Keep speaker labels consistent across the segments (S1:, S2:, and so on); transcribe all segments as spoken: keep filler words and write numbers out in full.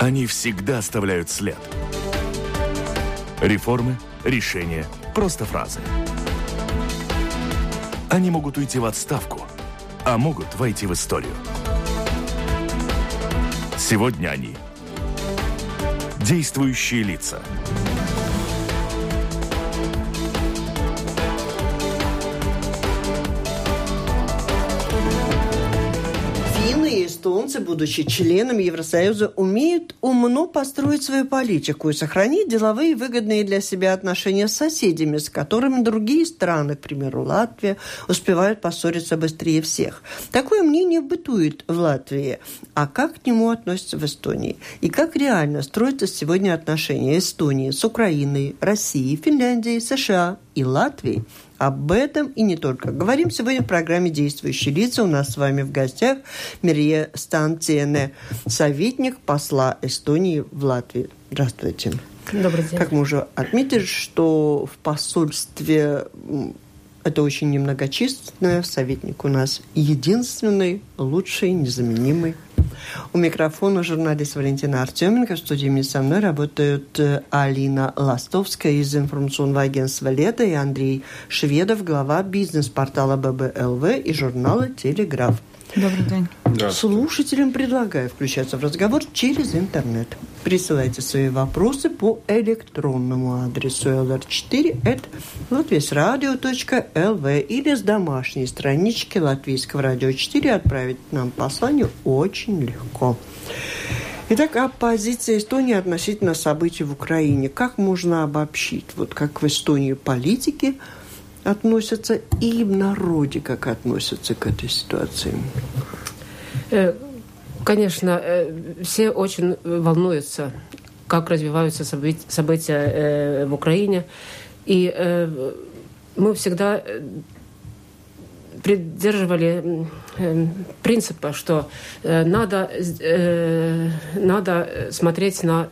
S1: Они всегда оставляют след. Реформы, решения, просто фразы. Они могут уйти в отставку, а могут войти в историю. Сегодня они – действующие лица.
S2: Эстонцы, будучи членами Евросоюза, умеют умно построить свою политику и сохранить деловые выгодные для себя отношения с соседями, с которыми другие страны, к примеру, Латвия, успевают поссориться быстрее всех. Такое мнение бытует в Латвии. А как к нему относятся в Эстонии? И как реально строятся сегодня отношения Эстонии с Украиной, Россией, Финляндией, США и Латвией? Об этом и не только. Говорим сегодня в программе «Действующие лица». У нас с вами в гостях Мерье Станциене, советник посла Эстонии в Латвии. Здравствуйте.
S3: Добрый день.
S2: Как мы уже отметили, что в посольстве это очень немногочисленный советник у нас единственный, лучший, незаменимый. У микрофона журналист Валентина Артеменко. В студии вместе со мной работают Алина Ластовская из информационного агентства «Лето» и Андрей Шведов, глава бизнес-портала бэ бэ эл вэ и журнала «Телеграф».
S3: Добрый день.
S2: Слушателям предлагаю включаться в разговор через интернет. Присылайте свои вопросы по электронному адресу эл эр четыре эт латвийсрадио точка эл ви или с домашней странички Латвийского радио четыре отправить нам послание очень легко. Итак, о позиции Эстонии относительно событий в Украине. Как можно обобщить? Вот как в Эстонии политики относятся и в народе как относятся к этой ситуации?
S3: Конечно, все очень волнуются, как развиваются события в Украине. И мы всегда придерживали принципа, что надо, надо смотреть на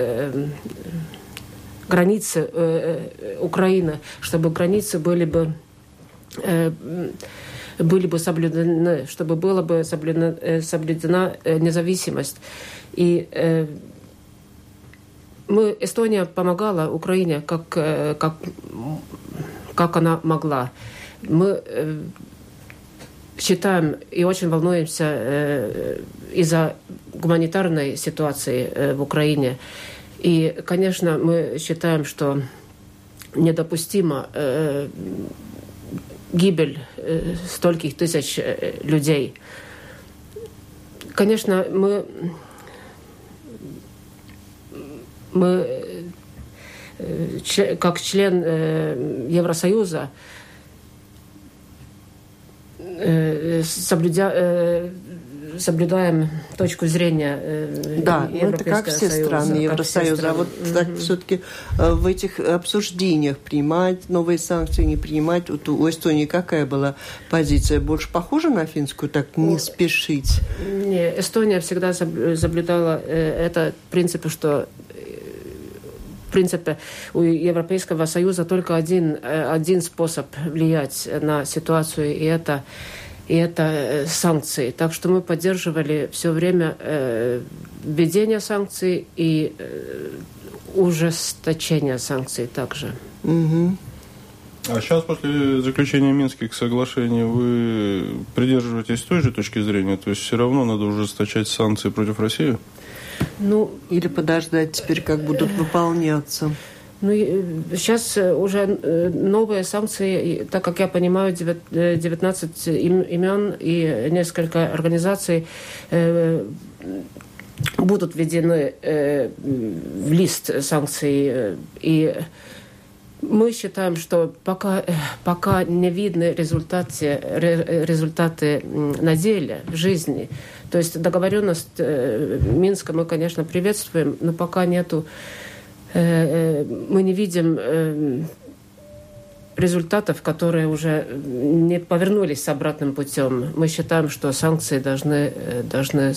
S3: границы э, Украины, чтобы границы были бы, э, были бы соблюдены, чтобы была бы соблюдена, э, соблюдена э, независимость. И э, мы, Эстония помогала Украине, как, э, как, как она могла. Мы э, считаем и очень волнуемся э, из-за гуманитарной ситуации э, в Украине. И, конечно, мы считаем, что недопустима э, гибель э, стольких тысяч э, людей. Конечно, мы, мы э, ч, как член э, Евросоюза э, соблюдя, э, соблюдаем точку зрения э,
S2: да, это как все
S3: Союза,
S2: страны Евросоюза. Все страны. А вот mm-hmm. так, все-таки э, в этих обсуждениях принимать новые санкции, не принимать. Вот у Эстонии какая была позиция? Больше похожа на финскую, так не ну, спешить?
S3: Не, Эстония всегда соблюдала э, это принцип, что в принципе у Европейского Союза только один, один способ влиять на ситуацию, и это И это санкции. Так что мы поддерживали все время э, введение санкций и э, ужесточение санкций также.
S2: Угу.
S4: А сейчас, после заключения Минских соглашений, вы придерживаетесь той же точки зрения? То есть все равно надо ужесточать санкции против России?
S2: Ну, или подождать теперь, как будут выполняться?
S3: Ну, сейчас уже новые санкции, так как я понимаю, девятнадцать имен и несколько организаций э, будут введены э, в лист санкций. И мы считаем, что пока, пока не видны результаты, результаты на деле, в жизни, то есть договоренность э, Минска мы, конечно, приветствуем, но пока нету мы не видим результатов, которые уже не повернулись с обратным путем. Мы считаем, что санкции должны, должны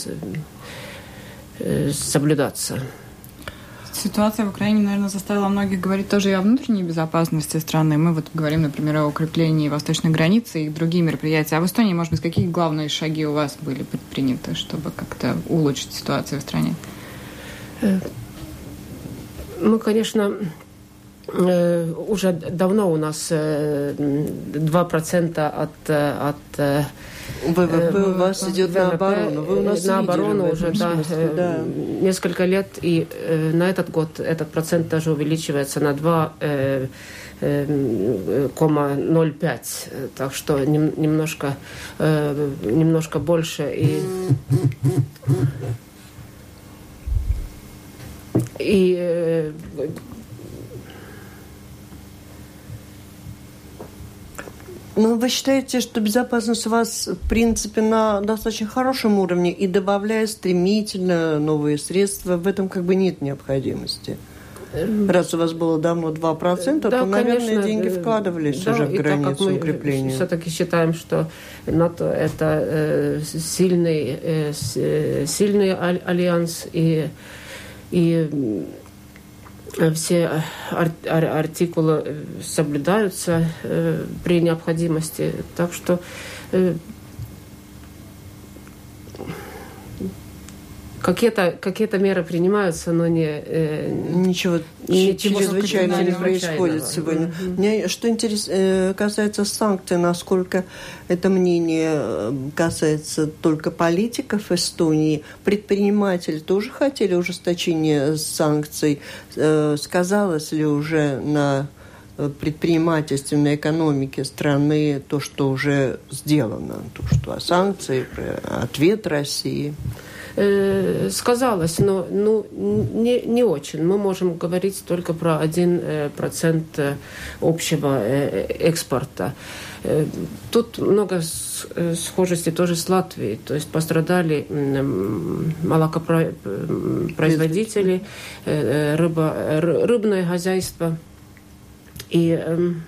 S3: соблюдаться.
S5: Ситуация в Украине, наверное, заставила многих говорить тоже и о внутренней безопасности страны. Мы вот говорим, например, о укреплении восточной границы и другие мероприятия. А в Эстонии, может быть, какие главные шаги у вас были предприняты, чтобы как-то улучшить ситуацию в стране?
S3: Мы, конечно, уже давно у нас два процента от, от
S2: ВВП у вас идет на оборону. Вы у нас
S3: на оборону уже да,
S2: смысле, да.
S3: несколько лет, и на этот год этот процент даже увеличивается на два целых ноль пять. Так что немножко, немножко больше. И, и
S2: Ну, вы считаете, что безопасность у вас, в принципе, на достаточно хорошем уровне, и добавляя стремительно новые средства, в этом как бы нет необходимости? Раз у вас было давно два процента,
S3: да,
S2: то, наверное,
S3: конечно,
S2: деньги вкладывались
S3: да,
S2: уже в границу укрепления.
S3: Все-таки считаем, что НАТО – это э, сильный, э, сильный альянс, и, и все ар- ар- артикулы соблюдаются э, при необходимости. Так что э, какие-то, какие-то меры принимаются, но не... Э,
S2: ничего
S3: ничего
S2: чрезвычайного не происходит сегодня. Mm-hmm. Мне что интерес, касается санкций, насколько это мнение касается только политиков Эстонии, предприниматели тоже хотели ужесточения санкций. Сказалось ли уже на предпринимательстве, на экономике страны то, что уже сделано, то, что санкции, ответ России?
S3: Сказалось, но ну, не, не очень. Мы можем говорить только про один процент общего экспорта. Тут много схожести тоже с Латвией. То есть пострадали молокопроизводители, рыба, рыбное хозяйство. И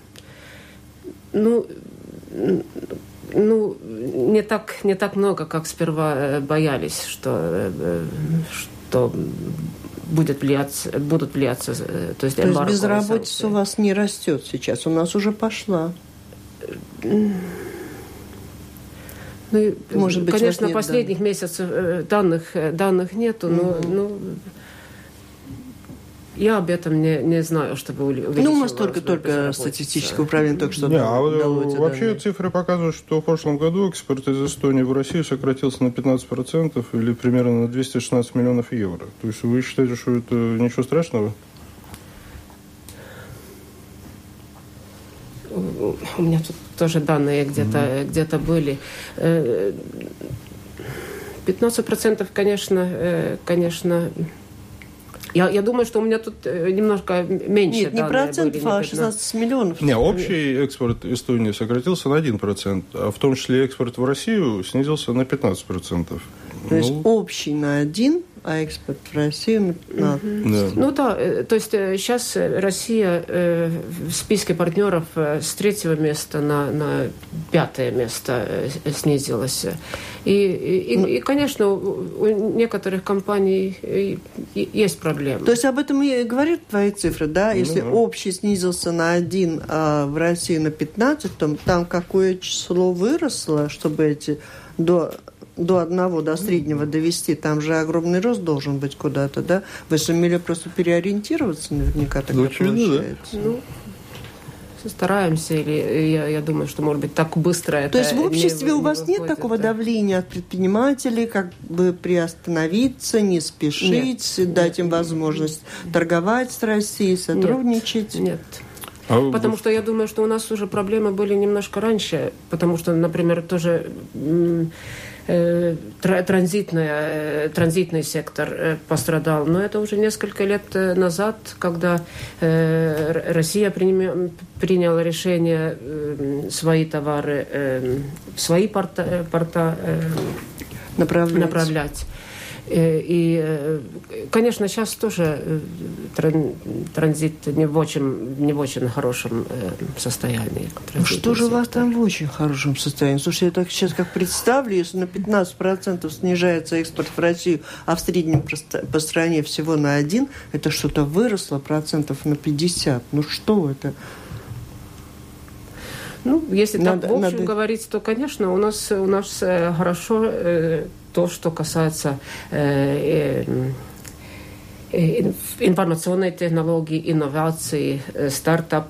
S3: ну, Ну, не так, не так много, как сперва боялись, что, что будет влияться, будут влияться. То есть,
S2: то есть безработица у вас не растет сейчас, у нас уже пошла.
S3: Ну,
S2: может быть,
S3: конечно,
S2: нет
S3: последних
S2: данных.
S3: месяцев данных, данных нету, но... Mm-hmm. ну, я об этом не, не знаю, чтобы увеличилась.
S2: Ну, у нас только, только статистическое управление только что
S4: не, а
S2: дало эти
S4: вообще
S2: данные.
S4: Цифры показывают, что в прошлом году экспорт из Эстонии в Россию сократился на пятнадцать процентов или примерно на двести шестнадцать миллионов евро. То есть вы считаете, что это ничего страшного?
S3: У меня тут тоже данные где-то, mm-hmm. где-то были. пятнадцать процентов, конечно, конечно... Я, я думаю, что у меня тут немножко меньше.
S2: Нет, не процентов, а шестнадцать миллионов.
S4: Не, общий экспорт Эстонии сократился на один процент, а в том числе экспорт в Россию снизился на пятнадцать процентов.
S2: То
S4: ну...
S2: есть общий на один, а экспорт в Россию на...
S3: Mm-hmm. Да. Ну да, то есть сейчас Россия в списке партнеров с третьего места на, на пятое место снизилась. И, и, ну, и, конечно, у некоторых компаний есть проблемы.
S2: То есть об этом и говорят твои цифры, да? Если ну, да. общий снизился на один, а в России на пятнадцать, то там какое число выросло, чтобы эти до... до одного, до среднего довести, там же огромный рост должен быть куда-то, да? Вы сумели просто переориентироваться наверняка тогда,
S4: очевидно,
S2: получается.
S4: Да.
S3: Ну, стараемся, или я, я думаю, что, может быть, так быстро это
S2: То есть в обществе
S3: не,
S2: у вас
S3: не
S2: нет такого
S3: да?
S2: давления от предпринимателей, как бы приостановиться, не спешить, нет, дать нет. им возможность торговать с Россией, сотрудничать?
S3: Нет. нет. А потому вы... что я думаю, что у нас уже проблемы были немножко раньше, потому что, например, тоже... Транзитная, транзитный сектор пострадал. Но это уже несколько лет назад, когда Россия приняла решение свои товары в свои порта, порта направлять. направлять. И, конечно, сейчас тоже транзит не в очень, не в очень хорошем состоянии.
S2: Ну, что же у вас там в очень хорошем состоянии? Слушай, я так сейчас как представлю, если на пятнадцать процентов снижается экспорт в Россию, а в среднем по стране всего на один, это что-то выросло процентов на пятьдесят. Ну что это?
S3: Ну, если
S2: надо,
S3: так в общем
S2: надо...
S3: говорить, то, конечно, у нас, у нас хорошо э, то, что касается э, э, информационные технологии, инновации, стартап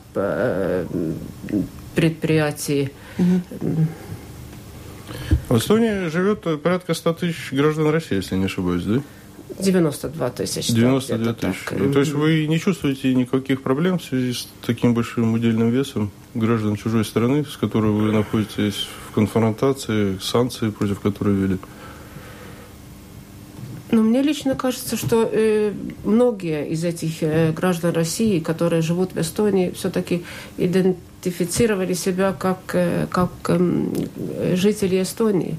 S3: предприятий.
S2: Угу.
S4: В Эстонии живет порядка ста тысяч граждан России, если не ошибаюсь, да?
S3: девяносто две тысячи.
S4: девяносто две тысячи. То есть вы не чувствуете никаких проблем в связи с таким большим удельным весом граждан чужой страны, с которой вы находитесь в конфронтации, санкции, против которой ввели?
S3: Ну, мне лично кажется, что э, многие из этих э, граждан России, которые живут в Эстонии, все-таки идентифицировали себя как, э, как э, жители Эстонии.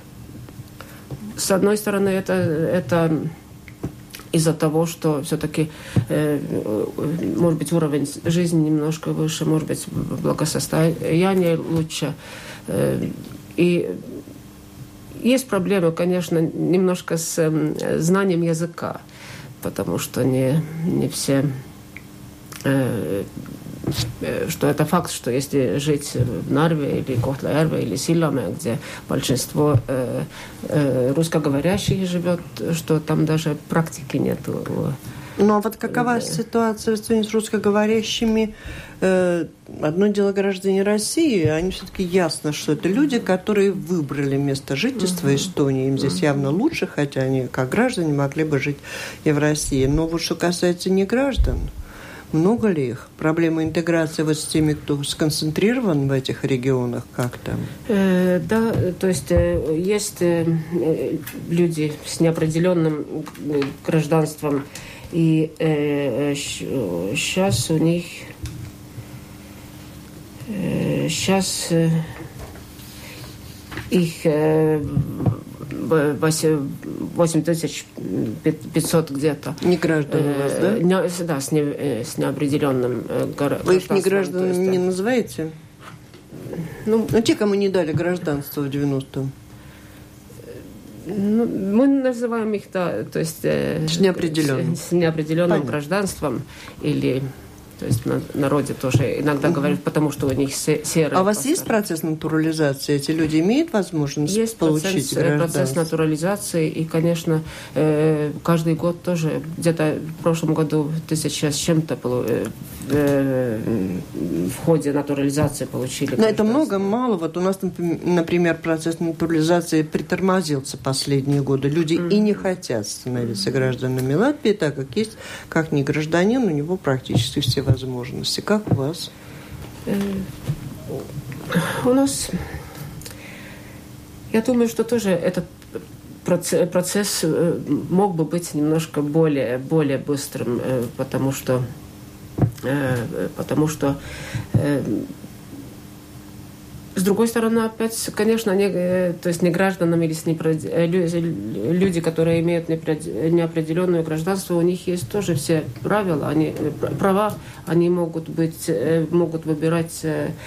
S3: С одной стороны, это, это из-за того, что все-таки, э, может быть, уровень жизни немножко выше, может быть, благосостояние лучше. Э, и есть проблемы, конечно, немножко с э, знанием языка, потому что не, не все... Э, что это факт, что если жить в Нарве или Kohtla-Järve или Sillamäe, где большинство э, э, русскоговорящих живет, что там даже практики нет.
S2: Ну, а вот какова ситуация в Эстонии с русскоговорящими? Одно дело граждане России, они все-таки ясно, что это люди, которые выбрали место жительства uh-huh. Эстонии. Им здесь uh-huh. явно лучше, хотя они, как граждане, могли бы жить и в России. Но вот что касается неграждан, много ли их? Проблема интеграции вот с теми, кто сконцентрирован в этих регионах, как там?
S3: Э, да, то есть э, есть э, люди с неопределенным гражданством, и э, сейчас у них э, сейчас э, их э, восемь тысяч пятьсот где-то.
S2: Не граждане у вас, да?
S3: Не, да, с, не, с неопределенным гражданством.
S2: Вы их не гражданами есть, не называете? Ну, ну, те, кому не дали гражданство в девяностом.
S3: Ну, мы называем их, да, то есть...
S2: С неопределенным.
S3: С, с неопределенным гражданством или... То есть на народе тоже иногда угу. говорят, потому что у них серый.
S2: А у вас паспорт. Есть процесс натурализации? Эти люди имеют возможность
S3: есть
S2: получить
S3: процесс,
S2: гражданство?
S3: Процесс натурализации. И, конечно, каждый год тоже, где-то в прошлом году тысяча с чем-то в ходе натурализации получили.
S2: Но это много, мало. Вот у нас, например, процесс натурализации притормозился последние годы. Люди mm-hmm. и не хотят становиться гражданами Латвии, так как есть, как ни гражданин, у него практически все возможности. Как у вас?
S3: У нас, я думаю, что тоже этот процесс, процесс мог бы быть немножко более, более быстрым, потому что, потому что с другой стороны, опять, конечно, не, то есть не гражданам или с непред... люди, которые имеют неопределенное гражданство, у них есть тоже все правила, они, права, они могут быть, могут выбирать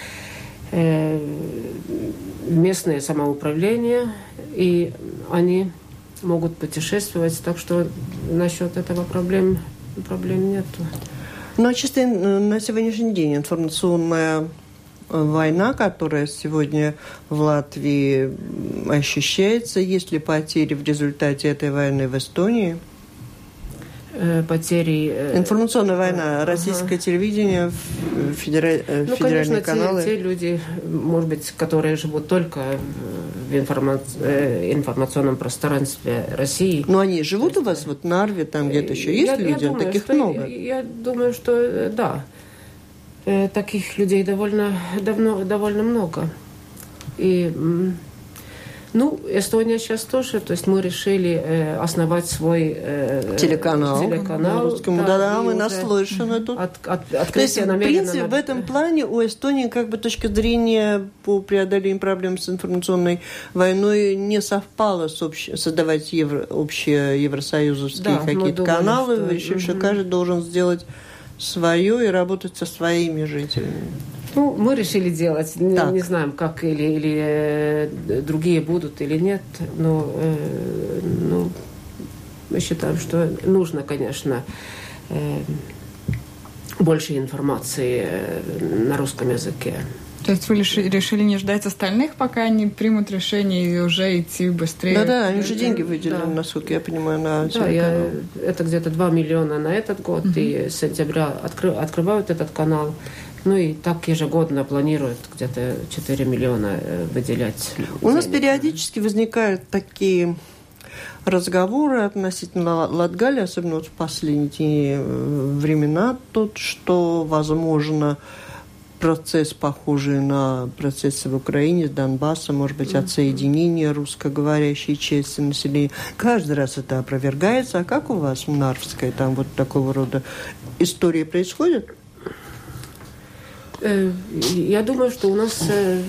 S3: местное самоуправление, и они могут путешествовать, так что насчет этого проблем, проблем нет.
S2: Ну, а чисто на сегодняшний день информационная война, которая сегодня в Латвии ощущается, есть ли потери в результате этой войны в Эстонии?
S3: Потери...
S2: Информационная война, российское ага. телевидение, федера... ну, федеральные
S3: конечно,
S2: каналы.
S3: Те, те люди, может быть, которые живут только в информа... информационном пространстве России.
S2: Но они живут есть... у вас вот в Нарве, там где-то еще есть я, люди? Я думаю, таких
S3: что,
S2: много?
S3: Я, я думаю, что да. Таких людей довольно, давно, довольно много. И, ну, Эстония сейчас тоже, то есть мы решили э, основать свой э,
S2: телеканал.
S3: телеканал.
S2: Русскому, да, да, мы наслышаны тут. От, от, то есть, в принципе, на... в этом плане у Эстонии как бы точка зрения по преодолению проблем с информационной войной не совпала с общ... создавать евро... общие евросоюзовские да, какие-то думали, каналы, что... решив, что каждый должен сделать свое и работать со своими жителями.
S3: Ну, мы решили делать. Не, не знаем, как или, или э, другие будут или нет, но э, ну, мы считаем, что нужно, конечно, э, больше информации э, на русском языке.
S5: То есть вы решили не ждать остальных, пока они примут решение и уже идти быстрее?
S2: Да-да, они же деньги выделили, да. насколько я понимаю, на
S3: да, я, это где-то два миллиона на этот год, угу. и с сентября откры, открывают этот канал. Ну и так ежегодно планируют где-то четыре миллиона выделять.
S2: У нас периодически возникают такие разговоры относительно Латгалии, особенно вот в последние времена, тут, что, возможно, процесс, похожий на процессы в Украине, с Донбассом, может быть, отсоединение русскоговорящей части населения. Каждый раз это опровергается. А как у вас в Нарвской там вот такого рода истории происходят?
S3: Я думаю, что у нас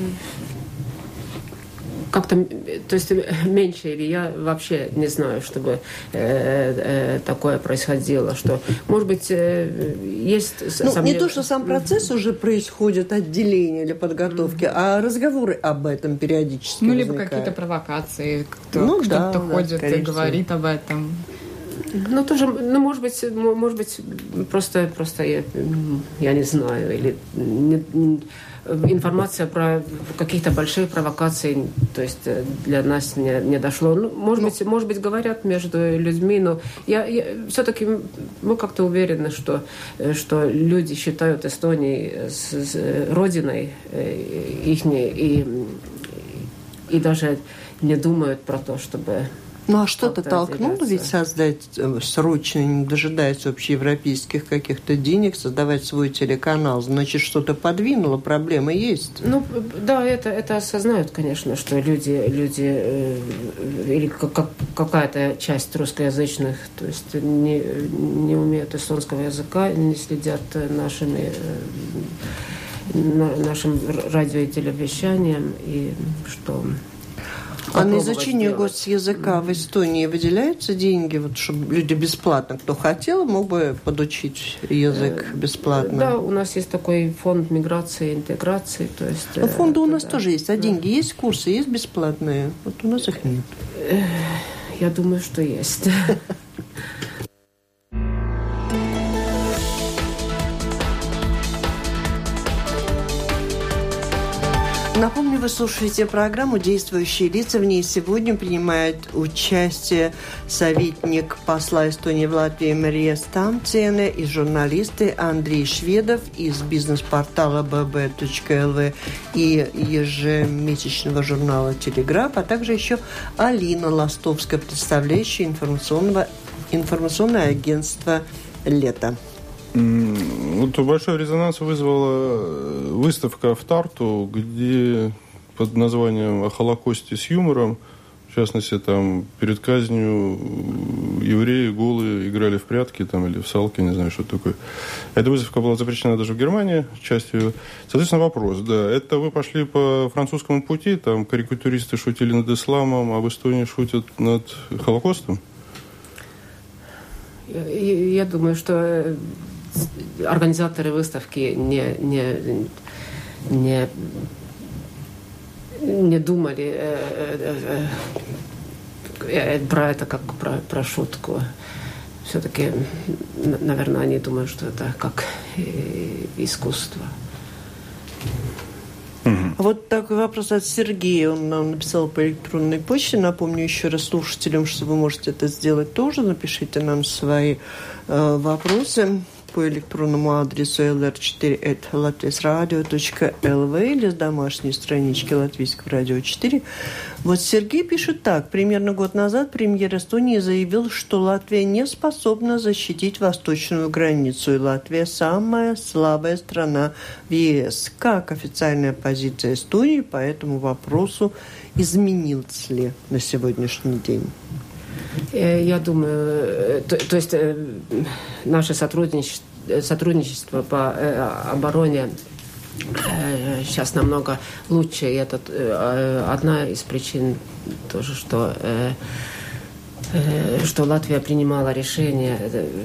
S3: как-то, то есть меньше, или я вообще не знаю, чтобы э, э, такое происходило, что, может быть, э, есть...
S2: Ну,
S3: сомнев...
S2: не то, что сам процесс уже происходит, отделение или подготовки, mm-hmm. а разговоры об этом периодически
S5: Ну,
S2: возникают.
S5: либо какие-то провокации, кто,
S2: ну,
S5: кто-то
S2: да,
S5: ходит
S2: да,
S5: и говорит об этом.
S3: Ну, тоже, ну, может быть, может быть, просто, просто я, я не знаю, или не, не, информация про каких-то больших провокаций, то есть для нас не, не дошло. Ну, может ну, быть, может быть, говорят между людьми, но я, я все-таки мы как-то уверены, что, что люди считают Эстонию с, с родиной ихней и, и даже не думают про то, чтобы...
S2: Ну, а что-то толкнуло ведь создать срочно, не дожидаясь общеевропейских каких-то денег, создавать свой телеканал. Значит, что-то подвинуло, проблема есть.
S3: Ну, да, это, это осознают, конечно, что люди, люди э, или как, какая-то часть русскоязычных, то есть не, не умеют эстонского языка, не следят нашими, э, на, нашим радио и телевещанием, и что...
S2: А на изучение госязыка в Эстонии выделяются деньги, вот, чтобы люди бесплатно, кто хотел, мог бы подучить язык бесплатно?
S3: Да, у нас есть такой фонд миграции и интеграции. То есть,
S2: Но фонды у нас
S3: да.
S2: тоже есть, а деньги есть, курсы есть бесплатные? Вот у нас их нет.
S3: Я думаю, что есть.
S2: Напомню, вы слушаете программу «Действующие лица». В ней сегодня принимает участие советник посла Эстонии в Латвии Мария Станциена и журналисты Андрей Шведов из бизнес-портала би би точка эл ви и ежемесячного журнала «Телеграф», а также еще Алина Ластовская, представляющая информационного, информационное агентство «Лето».
S4: Вот большой резонанс вызвала выставка в Тарту, где под названием «О Холокосте с юмором», в частности, там перед казнью евреи голые играли в прятки там, или в салки, не знаю, что такое. Эта выставка была запрещена даже в Германии, частью. Соответственно, вопрос, да, это вы пошли по французскому пути, там карикатуристы шутили над исламом, а в Эстонии шутят над Холокостом?
S3: Я, я думаю, что организаторы выставки не, не, не, не думали э, э, э, про это как про, про шутку. Все-таки, наверное, они думают, что это как искусство.
S2: Вот такой вопрос от Сергея. Он нам написал по электронной почте. Напомню еще раз слушателям, что вы можете это сделать тоже. Напишите нам свои э, вопросы по электронному адресу эл эр четыре эт латвийсрадио точка эл ви или с домашней странички Латвийского радио четыре. Вот Сергей пишет так. Примерно год назад премьер Эстонии заявил, что Латвия не способна защитить восточную границу, и Латвия самая слабая страна в е эс. Как официальная позиция Эстонии по этому вопросу изменилась ли на сегодняшний день?
S3: Я думаю, то, то есть наше сотрудничество, сотрудничество по обороне сейчас намного лучше. И это одна из причин тоже, что, что Латвия принимала решение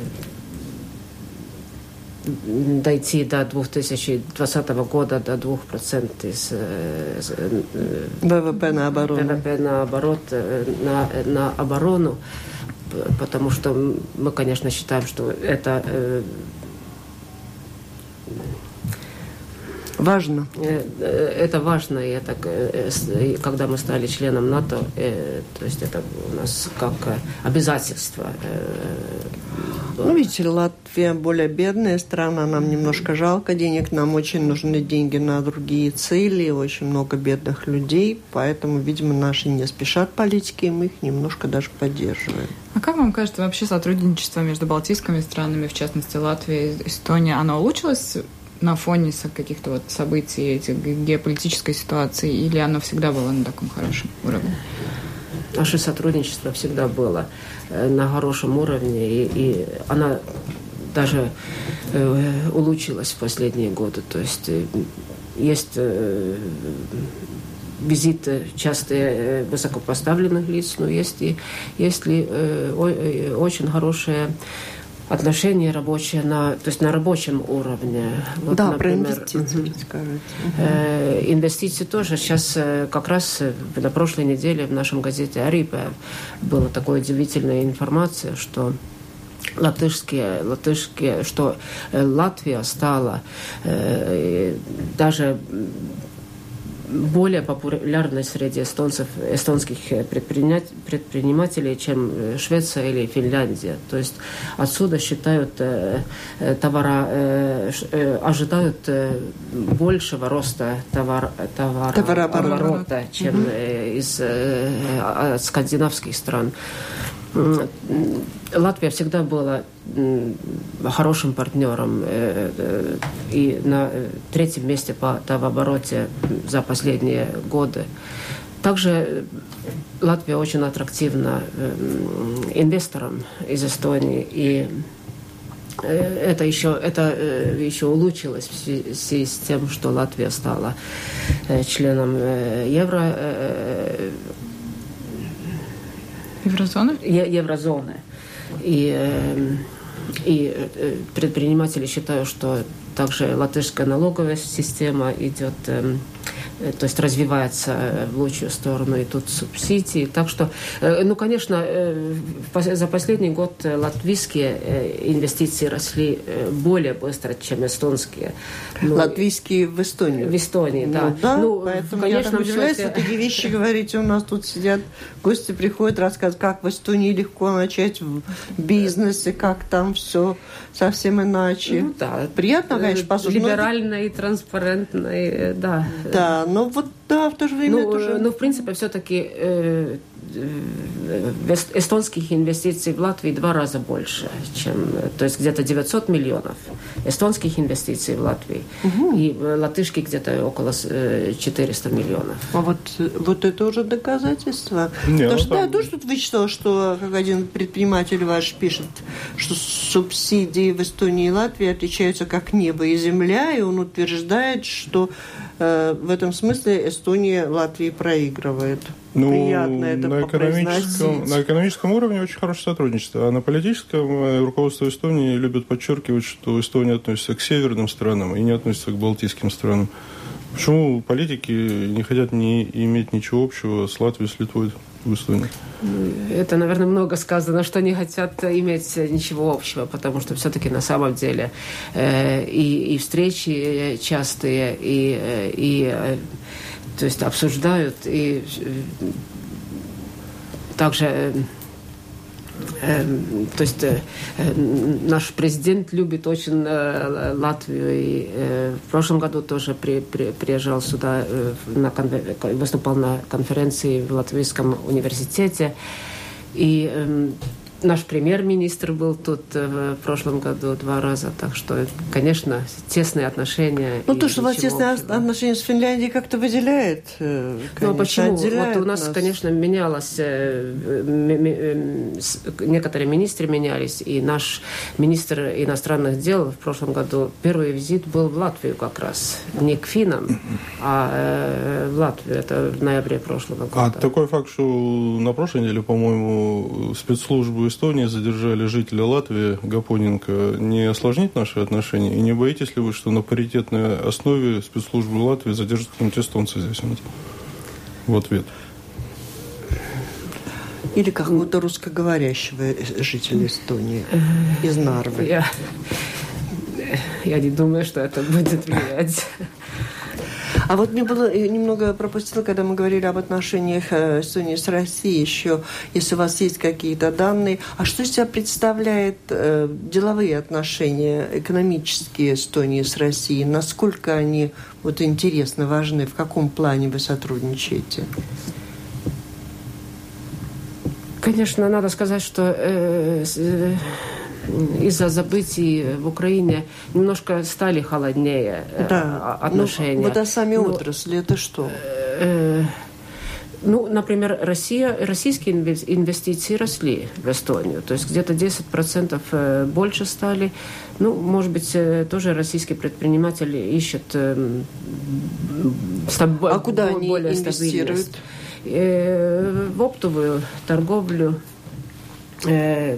S3: дойти до две тысячи двадцатого года до двух процентов из
S2: вэ вэ пэ на оборону.
S3: вэ вэ пэ на, оборот, на, на оборону, потому что мы, конечно, считаем, что это
S2: Важно.
S3: Это важно, и это, когда мы стали членом НАТО, то есть это у нас как обязательство.
S2: Ну, видите, Латвия более бедная страна, нам немножко жалко денег, нам очень нужны деньги на другие цели, очень много бедных людей, поэтому, видимо, наши не спешат политики, и мы их немножко даже поддерживаем.
S5: А как вам кажется, вообще сотрудничество между балтийскими странами, в частности Латвией и Эстонией, оно улучшилось на фоне каких-то вот событий, этих геополитической ситуации, или оно всегда было на таком хорошем уровне?
S3: Наше сотрудничество всегда было на хорошем уровне, и, и она даже э, улучшилась в последние годы. То есть э, есть э, визиты частые высокопоставленных лиц, но есть и есть ли э, о, очень хорошие отношения рабочие на, то есть на рабочем уровне.
S2: Вот, да, например, про инвестиции угу. скажите.
S3: Э, инвестиции тоже. Сейчас э, как раз э, на прошлой неделе в нашем газете «Арипа» была такая удивительная информация, что латышские, латышские, что э, Латвия стала э, даже более популярной среди эстонцев, эстонских предпринимателей, чем Швеция или Финляндия. То есть отсюда считают э, товара, э, э, ожидают э, большего роста товар, товар, товарооборота, чем угу. э, из э, скандинавских стран. Латвия всегда была хорошим партнером и на третьем месте по товарообороте за последние годы. Также Латвия очень аттрактивна инвесторам из Эстонии, и это еще, это еще улучшилось в связи с тем, что Латвия стала членом Евро.
S5: Еврозоны?
S3: Еврозоны. И, и предприниматели считают, что также латышская налоговая система идет, то есть развивается в лучшую сторону, и тут субсидии. Так что, ну, конечно, за последний год латвийские инвестиции росли более быстро, чем эстонские.
S2: Ну, латвийские в Эстонии?
S3: В Эстонии, да.
S2: Ну, да,
S3: ну,
S2: поэтому я там удивляюсь, вы такие вещи говорите. У нас тут сидят гости, приходят, рассказывают, как в Эстонии легко начать в бизнесе, как там все совсем иначе.
S3: Ну, да.
S2: Приятно, конечно, послушать.
S3: Либерально и транспарентно, и, да.
S2: Да, но вот да, в то же время
S3: ну,
S2: тоже...
S3: Ну, в принципе, все-таки э, эстонских инвестиций в Латвии два раза больше, чем... То есть где-то девятьсот миллионов эстонских инвестиций в Латвии. Угу. И латышки где-то около четыреста миллионов.
S2: А вот, вот это уже доказательство.
S4: Не,
S2: Потому
S4: ну,
S2: что
S4: там...
S2: да, я тоже тут вычитала, что как один предприниматель ваш пишет, что субсидии в Эстонии и Латвии отличаются как небо и земля, и он утверждает, что э, в этом смысле Эстония Латвии проигрывает.
S4: Ну,
S2: Приятно это
S4: на экономическом, на экономическом уровне очень хорошее сотрудничество. А на политическом руководство Эстонии любит подчеркивать, что Эстония относится к северным странам и не относится к балтийским странам. Почему политики не хотят не иметь ничего общего с Латвией, с Литвой в Эстонии?
S3: Это, наверное, много сказано, что не хотят иметь ничего общего, потому что все-таки на самом деле э, и, и встречи частые, и, и э, то есть обсуждают, и э, также... Э, То есть э, наш президент любит очень э, Латвию, и э, в прошлом году тоже при, при, приезжал сюда, э, на конфер... выступал на конференции в Латвийском университете. И э, наш премьер-министр был тут э, в прошлом году два раза, так что, конечно, тесные отношения.
S2: Ну, то, что у вас тесные отношения с Финляндией как-то выделяет, конечно,
S3: ну, а почему?
S2: отделяет
S3: Вот у нас,
S2: нас.
S3: конечно, менялось, э, э, э, некоторые министры менялись, и наш министр иностранных дел в прошлом году, первый визит был в Латвию как раз, не к финнам, а э, в Латвию, это в ноябре прошлого года.
S4: А такой факт, что на прошлой неделе, по-моему, спецслужбы Эстонии задержали жителя Латвии Гапоненко, не осложнит наши отношения? И не боитесь ли вы, что на паритетной основе спецслужбы Латвии задержат какого-нибудь эстонца здесь в ответ?
S2: Или какого-то русскоговорящего жителя Эстонии из Нарвы?
S3: Я, я не думаю, что это будет влиять.
S2: А вот мне было немного пропустила, когда мы говорили об отношениях Эстонии с Россией еще, если у вас есть какие-то данные. А что из себя представляет э, деловые отношения, экономические Эстонии с Россией? Насколько они вот, интересны, важны? В каком плане вы сотрудничаете?
S3: Конечно, надо сказать, что э, э, из-за событий в Украине немножко стали холоднее э,
S2: да.
S3: отношения.
S2: Ну, вот а сами
S3: Но,
S2: отрасли, это что?
S3: Э, ну, например, Россия, российские инвестиции росли в Эстонию. То есть где-то десять процентов больше стали. Ну, может быть, тоже российские предприниматели ищут э, стаб-
S2: а куда
S3: более
S2: они инвестируют?
S3: В оптовую торговлю. Да,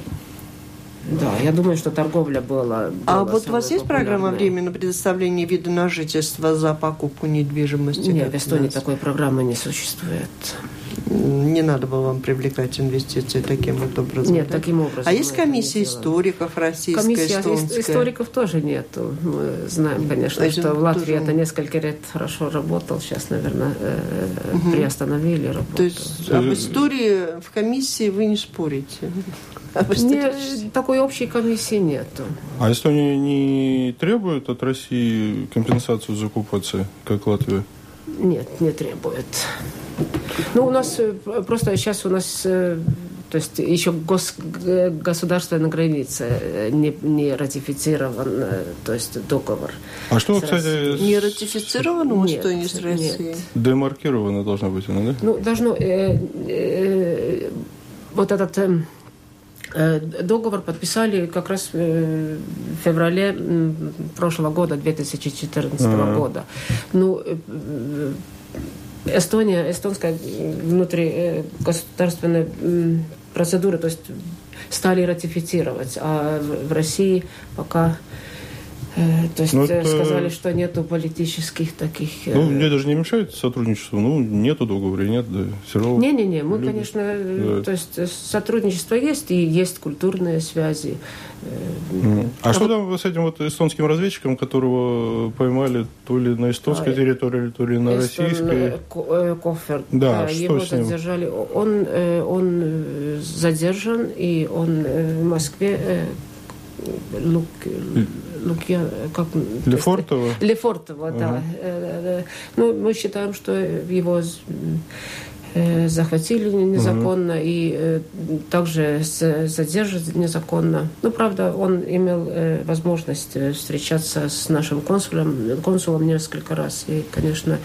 S3: я думаю, что торговля была...
S2: А
S3: была
S2: вот у вас есть
S3: популярной.
S2: программа временного предоставления вида на жительство за покупку недвижимости?
S3: Нет, в Эстонии такой программы не существует.
S2: Не надо было вам привлекать инвестиции таким вот образом?
S3: Нет,
S2: да?
S3: таким образом.
S2: А есть комиссия историков российская,
S3: комиссия
S2: эстонская?
S3: Историков тоже нету. Мы знаем, конечно,
S2: Этим
S3: что в Латвии
S2: тоже...
S3: это несколько лет хорошо работал. Сейчас, наверное, угу. приостановили работу.
S2: То есть об истории в комиссии вы не спорите?
S3: Не, такой общей комиссии нету.
S4: А Эстония не требует от России компенсацию за оккупацию, как Латвия?
S3: Нет, не требует. Ну, у нас просто сейчас у нас, то есть еще гос, государственная граница не, не ратифицирован, то есть договор.
S4: А что, кстати...
S2: Не ратифицирован у
S3: нет,
S2: Эстонии с Россией?
S3: Нет.
S4: Демаркирована должна быть она, да?
S3: Ну, должно... Э, э, вот этот... Э, договор подписали как раз в феврале прошлого года, две тысячи четырнадцатого А-а-а. года. Ну, Эстония, эстонская внутригосударственная процедура, то есть стали ратифицировать, а в России пока... То есть это... сказали, что нету политических таких...
S4: Ну, мне даже не мешает сотрудничество. Ну, нету договора, нет, да. Все равно...
S3: Не-не-не, мы,
S4: люди...
S3: конечно...
S4: Да.
S3: То есть сотрудничество есть, и есть культурные связи.
S4: Mm. А, а что там с этим вот эстонским разведчиком, которого поймали то ли на эстонской а, территории, то ли на
S3: Эстон,
S4: российской?
S3: Кофер.
S4: Да,
S3: да,
S4: что
S3: его
S4: с ним?
S3: задержали. Он, он задержан, и он в Москве... Лук, Лукья, как...
S4: Лефортово?
S3: Лефортово, ага. Да. Ну, мы считаем, что его захватили незаконно ага. и также задержат незаконно. Ну, правда, он имел возможность встречаться с нашим консулом, консулом несколько раз. И, конечно,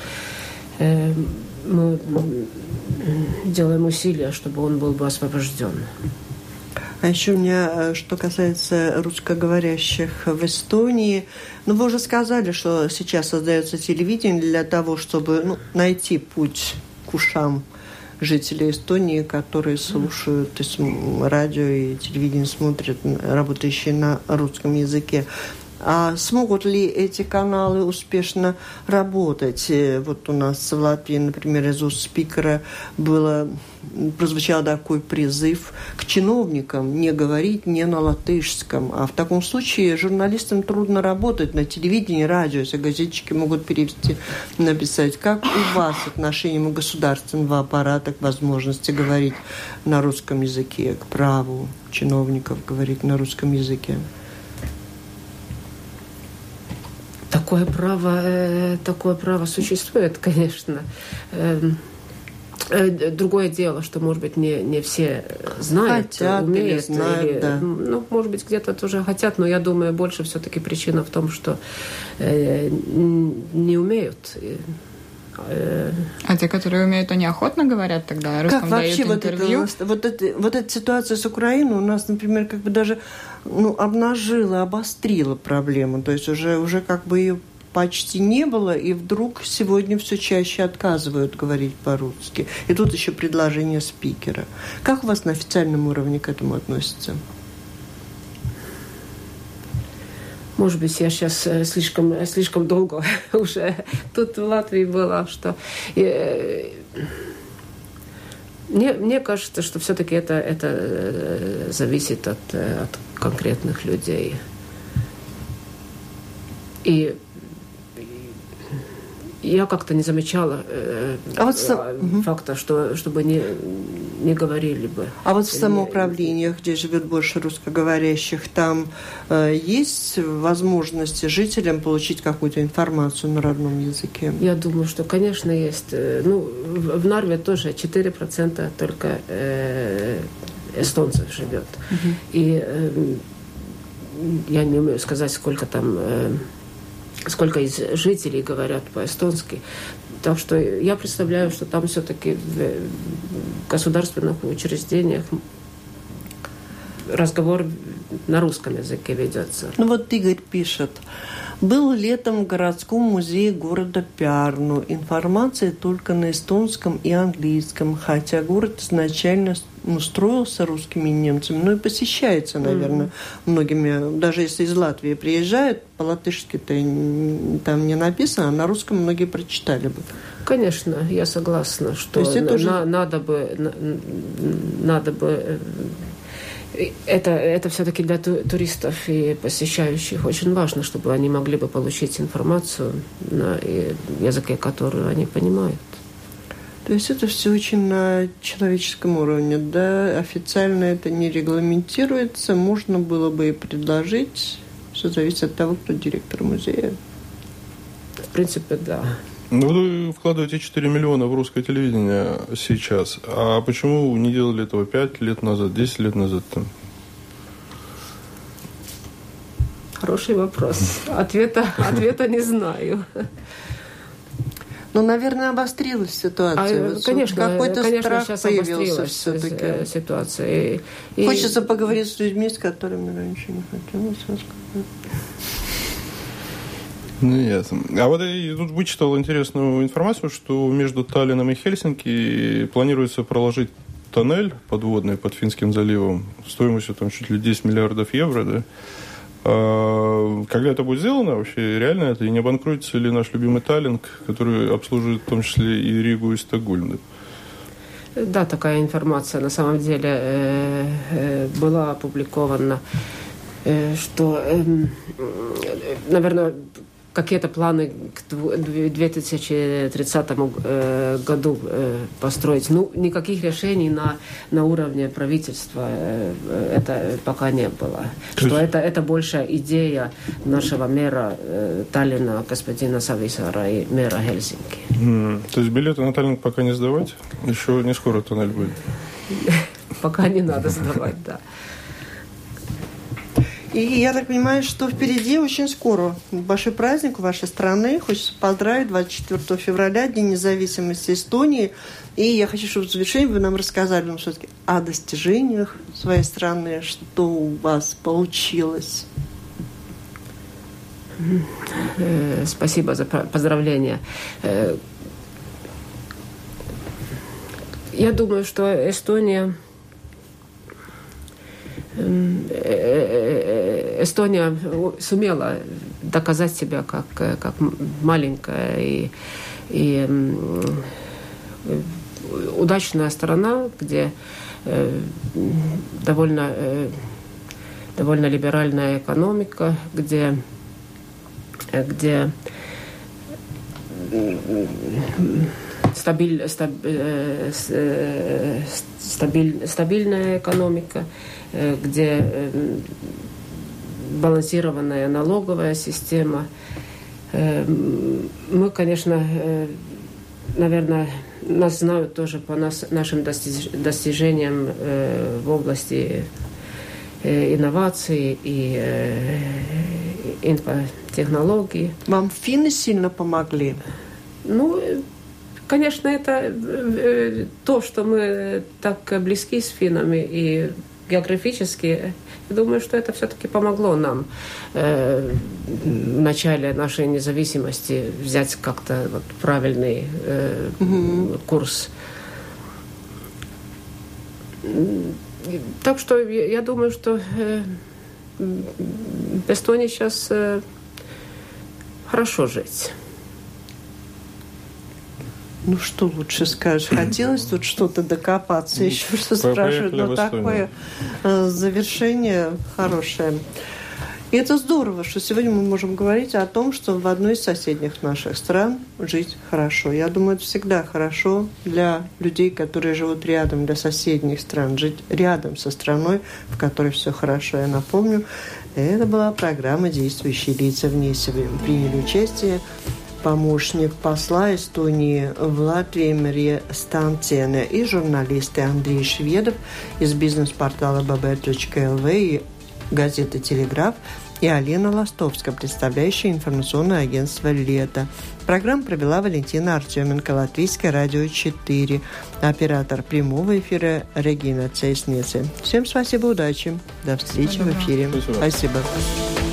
S3: мы делаем усилия, чтобы он был бы освобожден.
S2: А еще у меня, что касается русскоговорящих в Эстонии, ну, вы уже сказали, что сейчас создается телевидение для того, чтобы ну, найти путь к ушам жителей Эстонии, которые слушают радио и телевидение, смотрят, работающие на русском языке. А смогут ли эти каналы успешно работать? Вот у нас в Латвии, например, из уст спикера было, прозвучал такой призыв к чиновникам не говорить не на латышском. А в таком случае журналистам трудно работать на телевидении, радио, если газетчики могут перевести, написать. Как у вас отношение государственного аппарата к возможности говорить на русском языке, к праву чиновников говорить на русском языке?
S3: Такое право, такое право существует, конечно. Другое дело, что, может быть, не, не все знают,
S2: хотят,
S3: умеют.
S2: Или знают,
S3: или,
S2: да.
S3: Ну, может быть, где-то тоже хотят, но я думаю, больше все-таки причина в том, что э, не умеют.
S5: А те, которые умеют, они охотно говорят тогда на русском,
S2: как вообще
S5: дают интервью?
S2: Вот, это, вот, это, вот эта ситуация с Украиной у нас, например, как бы даже ну, обнажила, обострила проблему. То есть уже, уже как бы ее почти не было, и вдруг сегодня все чаще отказывают говорить по-русски. И тут еще предложение спикера. Как у вас на официальном уровне к этому относятся?
S3: Может быть, я сейчас слишком, слишком долго уже тут в Латвии была, что... Мне, мне кажется, что все-таки это, это зависит от, от конкретных людей. И я как-то не замечала э,
S2: а вот сам...
S3: факта, что, чтобы не, не говорили бы.
S2: А вот в самоуправлениях, где живет больше русскоговорящих, там э, есть возможности жителям получить какую-то информацию на родном языке?
S3: Я думаю, что, конечно, есть. Ну, в, в Нарве тоже четыре процента только э, эстонцев живет. Угу. И э, я не умею сказать, сколько там... Э, сколько из жителей говорят по-эстонски. Так что я представляю, что там все-таки в государственных учреждениях разговор на русском языке ведется.
S2: Ну вот Игорь пишет. Был летом в городском музее города Пярну. Информация только на эстонском и английском, хотя город изначально ну, строился русскими и немцами, ну и посещается, наверное, mm-hmm. многими. Даже если из Латвии приезжают, по-латышски-то там не написано, а на русском многие прочитали бы.
S3: Конечно, я согласна, что на, уже... на, надо бы... На, надо бы Это, это все-таки для ту, туристов и посещающих очень важно, чтобы они могли бы получить информацию на языке, которую они понимают.
S2: То есть это все очень на человеческом уровне, да? Официально это не регламентируется, можно было бы и предложить, все зависит от того, кто директор музея.
S3: В принципе, да.
S4: Ну, вы вкладываете четыре миллиона в русское телевидение сейчас. А почему не делали этого пять лет назад, десять лет назад? Там?
S3: Хороший вопрос. Ответа, ответа не знаю.
S2: Ну, наверное, обострилась ситуация.
S3: А, конечно,
S2: какой-то
S3: конечно,
S2: страх
S3: сейчас
S2: появился все-таки.
S3: Ситуация.
S2: И... Хочется поговорить с людьми, с которыми раньше не хотелось разговаривать.
S4: Ну, ясно. А вот я тут вычитал интересную информацию, что между Таллином и Хельсинки планируется проложить тоннель подводный под Финским заливом стоимостью там чуть ли десять миллиардов евро, да? А когда это будет сделано, вообще реально это, и не обанкротится ли наш любимый Таллинг, который обслуживает в том числе и Ригу, и Стокгольм?
S3: Да? Да, такая информация на самом деле э, э, была опубликована, э, что, э, наверное, какие-то планы к две тысячи тридцатому э, году э, построить. Ну, никаких решений на, на уровне правительства э, это пока не было. То что это, это больше идея нашего мэра э, Таллина, господина Сависара, и мэра Хельсинки.
S4: Mm. То есть билеты на Таллин пока не сдавать? Еще не скоро тоннель будет?
S3: Пока не надо сдавать, да.
S2: И я так понимаю, что впереди очень скоро большой праздник у вашей страны. Хочется поздравить двадцать четвёртого февраля, День независимости Эстонии. И я хочу, чтобы в завершении вы нам рассказали ну, все-таки о достижениях своей страны, что у вас получилось.
S3: Спасибо за поздравления. Я думаю, что Эстония... Эстония сумела доказать себя как, как маленькая и, и удачная страна, где довольно, довольно либеральная экономика, где, где стабиль, стабиль, стабильная экономика, где балансированная налоговая система. Мы, конечно, наверное, нас знают тоже по нас, нашим достижениям в области инноваций и инфотехнологий.
S2: Вам финны сильно помогли?
S3: Ну, конечно, это то, что мы так близки с финнами и географически, я думаю, что это все-таки помогло нам э, в начале нашей независимости взять как-то вот правильный э, mm-hmm. курс. Так что я, я думаю, что э, в Эстонии сейчас э, хорошо жить.
S2: Ну, что лучше скажешь? Хотелось тут что-то докопаться, еще что спрашивают, но такое завершение хорошее. И это здорово, что сегодня мы можем говорить о том, что в одной из соседних наших стран жить хорошо. Я думаю, это всегда хорошо для людей, которые живут рядом, для соседних стран, жить рядом со страной, в которой все хорошо. Я напомню, это была программа «Действующие лица». В ней сегодня приняли участие помощник посла Эстонии в Латвии Мария Станцена и журналисты Андрей Шведов из бизнес-портала би би точка эл ви и газеты «Телеграф» и Алина Ластовская, представляющая информационное агентство «Лето». Программу провела Валентина Артеменко, Латвийское радио четыре, оператор прямого эфира Регина Цейснеце. Всем спасибо, удачи. До встречи в эфире.
S4: Спасибо.
S2: Спасибо.